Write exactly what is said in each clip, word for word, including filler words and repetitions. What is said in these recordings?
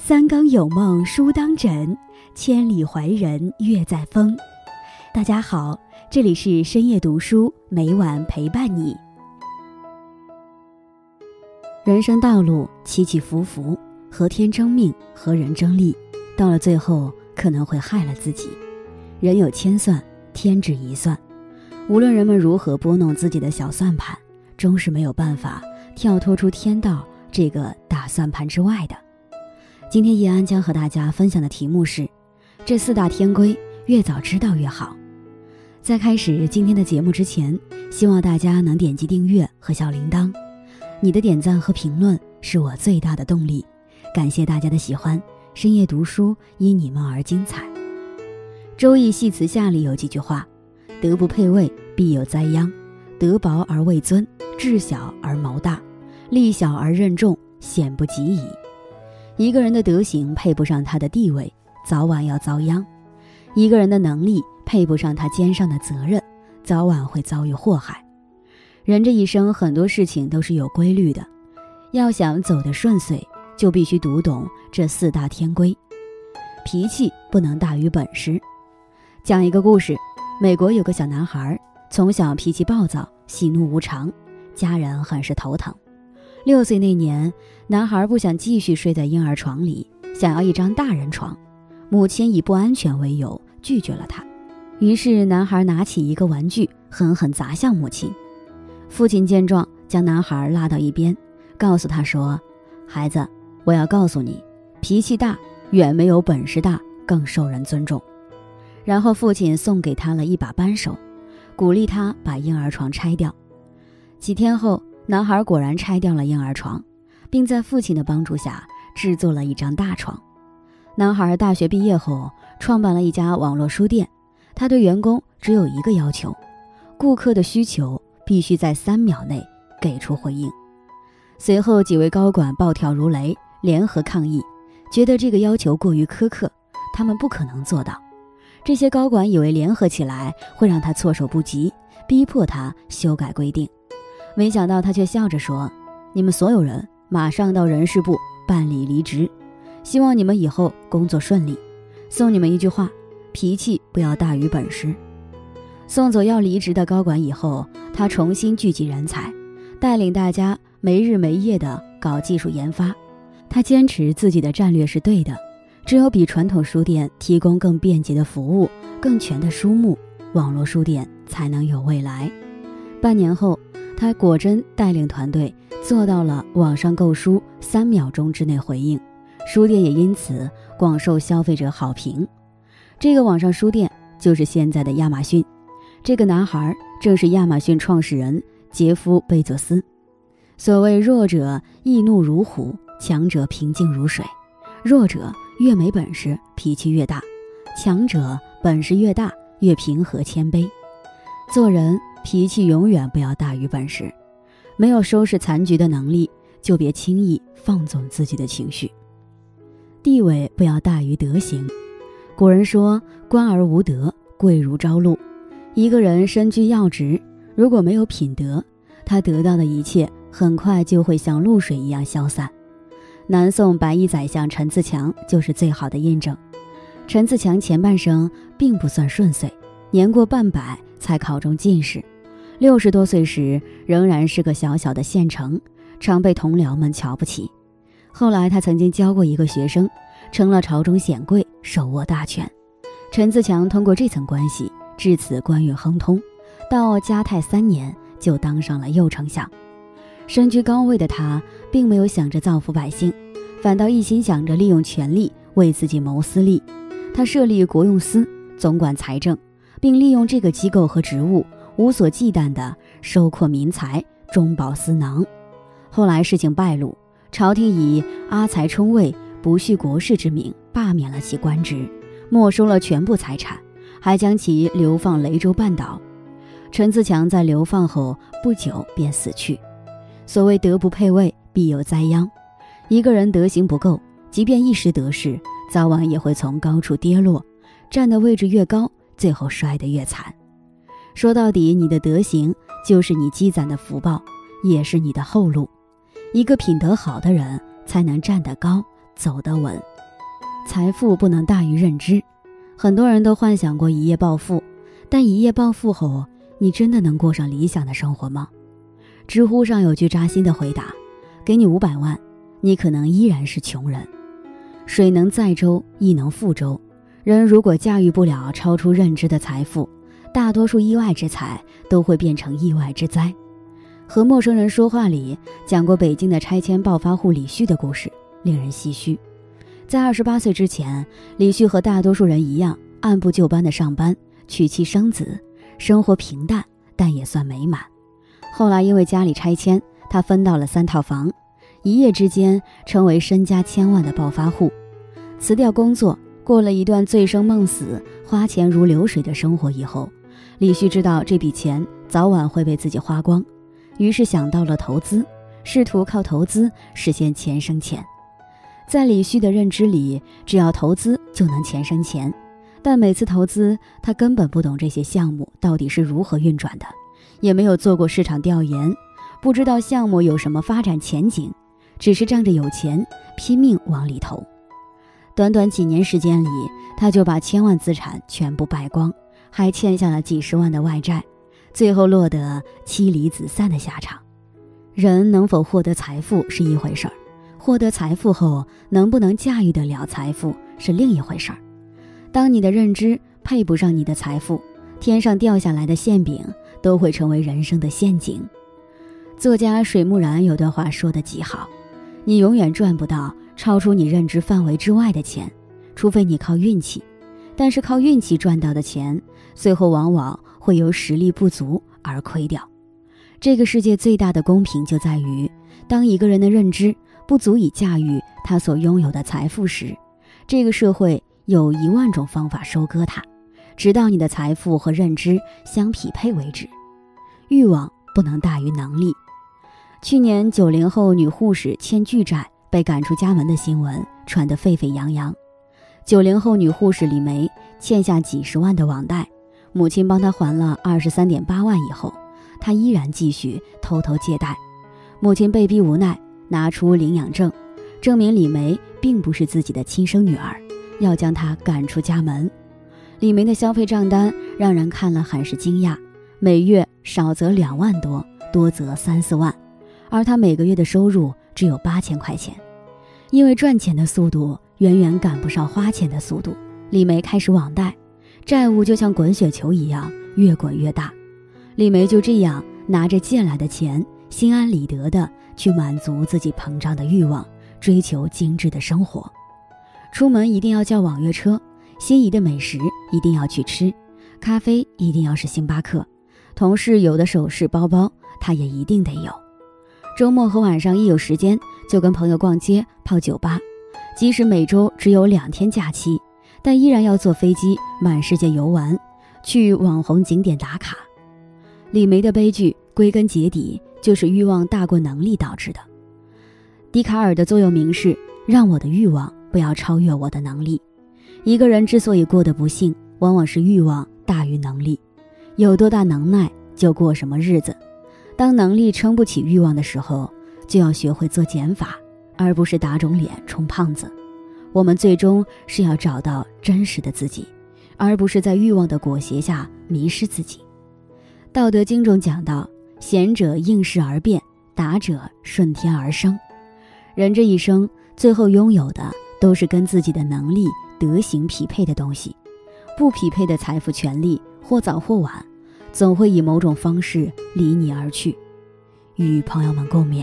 三更有梦书当枕，千里怀人月在风。大家好，这里是深夜读书，每晚陪伴你。人生道路起起伏伏，和天争命，和人争利，到了最后可能会害了自己。人有千算，天只一算，无论人们如何拨弄自己的小算盘，终是没有办法跳脱出天道这个大算盘之外的。今天叶安将和大家分享的题目是这四大天规，越早知道越好。在开始今天的节目之前，希望大家能点击订阅和小铃铛，你的点赞和评论是我最大的动力。感谢大家的喜欢，深夜读书因你们而精彩。周易系辞下里有几句话：德不配位，必有灾殃；德薄而位尊，智小而谋大，力小而任重，险不及矣。一个人的德行配不上他的地位，早晚要遭殃；一个人的能力配不上他肩上的责任，早晚会遭遇祸害。人这一生很多事情都是有规律的，要想走得顺遂，就必须读懂这四大天规。脾气不能大于本事。讲一个故事，美国有个小男孩，从小脾气暴躁，喜怒无常，家人很是头疼。六岁那年，男孩不想继续睡在婴儿床里，想要一张大人床，母亲以不安全为由拒绝了他。于是男孩拿起一个玩具狠狠砸向母亲。父亲见状，将男孩拉到一边，告诉他说：孩子，我要告诉你，脾气大远没有本事大更受人尊重。然后父亲送给他了一把扳手，鼓励他把婴儿床拆掉。几天后，男孩果然拆掉了婴儿床，并在父亲的帮助下制作了一张大床。男孩大学毕业后创办了一家网络书店，他对员工只有一个要求：顾客的需求必须在三秒内给出回应。随后几位高管暴跳如雷，联合抗议，觉得这个要求过于苛刻，他们不可能做到。这些高管以为联合起来会让他措手不及，逼迫他修改规定。没想到他却笑着说：你们所有人马上到人事部办理离职，希望你们以后工作顺利。送你们一句话，脾气不要大于本事。送走要离职的高管以后，他重新聚集人才，带领大家没日没夜地搞技术研发。他坚持自己的战略是对的，只有比传统书店提供更便捷的服务、更全的书目，网络书店才能有未来。半年后，他果真带领团队做到了网上购书三秒钟之内回应，书店也因此广受消费者好评。这个网上书店就是现在的亚马逊。这个男孩正是亚马逊创始人杰夫·贝佐斯。所谓弱者易怒如虎，强者平静如水。弱者越没本事，脾气越大；强者本事越大，越平和谦卑。做人脾气永远不要大于本事，没有收拾残局的能力，就别轻易放纵自己的情绪。地位不要大于德行。古人说：官而无德，贵如朝露。一个人身居要职，如果没有品德，他得到的一切很快就会像露水一样消散。南宋白衣宰相陈自强就是最好的印证。陈自强前半生并不算顺遂，年过半百才考中进士，六十多岁时仍然是个小小的县丞，常被同僚们瞧不起。后来他曾经教过一个学生，成了朝中显贵，手握大权。陈自强通过这层关系，至此官运亨通，到嘉泰三年就当上了右丞相。身居高位的他并没有想着造福百姓，反倒一心想着利用权力为自己谋私利。他设立国用司，总管财政，并利用这个机构和职务无所忌惮地收括民财，中饱私囊。后来事情败露，朝廷以阿财冲位，不恤国事之名罢免了其官职，没收了全部财产，还将其流放雷州半岛。陈自强在流放后不久便死去。所谓德不配位，必有灾殃。一个人德行不够，即便一时得势，早晚也会从高处跌落，站的位置越高，最后摔得越惨。说到底，你的德行就是你积攒的福报，也是你的后路。一个品德好的人，才能站得高， 走得稳。财富不能大于认知。很多人都幻想过一夜暴富，但一夜暴富后，你真的能过上理想的生活吗？知乎上有句扎心的回答，给你五百万，你可能依然是穷人。水能载舟，亦能覆舟。人如果驾驭不了超出认知的财富，大多数意外之财都会变成意外之灾。和陌生人说话里讲过北京的拆迁暴发户李旭的故事，令人唏嘘。在二十八岁之前，李旭和大多数人一样，按部就班的上班，娶妻生子，生活平淡，但也算美满。后来因为家里拆迁，他分到了三套房，一夜之间成为身家千万的暴发户。辞掉工作，过了一段醉生梦死、花钱如流水的生活以后，李旭知道这笔钱早晚会被自己花光，于是想到了投资，试图靠投资实现钱生钱。在李旭的认知里，只要投资就能钱生钱，但每次投资他根本不懂这些项目到底是如何运转的，也没有做过市场调研，不知道项目有什么发展前景，只是仗着有钱拼命往里投。短短几年时间里，他就把千万资产全部败光，还欠下了几十万的外债，最后落得妻离子散的下场。人能否获得财富是一回事儿，获得财富后能不能驾驭得了财富是另一回事儿。当你的认知配不上你的财富，天上掉下来的馅饼都会成为人生的陷阱。作家水木然有段话说得极好，你永远赚不到超出你认知范围之外的钱，除非你靠运气。但是靠运气赚到的钱，最后往往会由实力不足而亏掉。这个世界最大的公平就在于，当一个人的认知不足以驾驭他所拥有的财富时，这个社会有一万种方法收割他，直到你的财富和认知相匹配为止。欲望不能大于能力。去年九零后女护士欠巨债被赶出家门的新闻传得沸沸扬扬。九零后女护士李梅欠下几十万的网贷，母亲帮她还了二十三点八万以后，她依然继续偷偷借贷。母亲被逼无奈，拿出领养证，证明李梅并不是自己的亲生女儿，要将她赶出家门。李梅的消费账单让人看了很是惊讶，每月少则两万多，多则三四万，而她每个月的收入只有八千块钱。因为赚钱的速度远远赶不上花钱的速度，李梅开始网贷，债务就像滚雪球一样越滚越大。李梅就这样拿着借来的钱，心安理得地去满足自己膨胀的欲望，追求精致的生活。出门一定要叫网约车，心仪的美食一定要去吃，咖啡一定要是星巴克，同事有的首饰包包他也一定得有。周末和晚上一有时间就跟朋友逛街泡酒吧，即使每周只有两天假期，但依然要坐飞机满世界游玩，去网红景点打卡。李梅的悲剧归根结底就是欲望大过能力导致的。笛卡尔的座右铭是，让我的欲望不要超越我的能力。一个人之所以过得不幸，往往是欲望大于能力，有多大能耐就过什么日子。当能力撑不起欲望的时候，就要学会做减法，而不是打肿脸充胖子。我们最终是要找到真实的自己，而不是在欲望的裹挟下迷失自己。道德经中讲到，贤者应势而变，达者顺天而生。人这一生最后拥有的都是跟自己的能力德行匹配的东西，不匹配的财富权利或早或晚总会以某种方式离你而去。与朋友们共勉。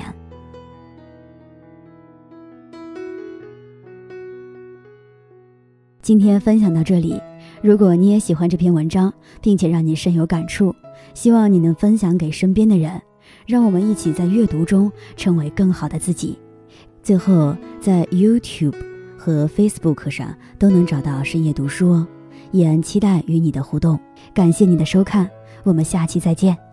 今天分享到这里，如果你也喜欢这篇文章，并且让你深有感触，希望你能分享给身边的人，让我们一起在阅读中成为更好的自己。最后，在 YouTube 和 Facebook 上都能找到深夜读书哦，也期待与你的互动。感谢你的收看，我们下期再见。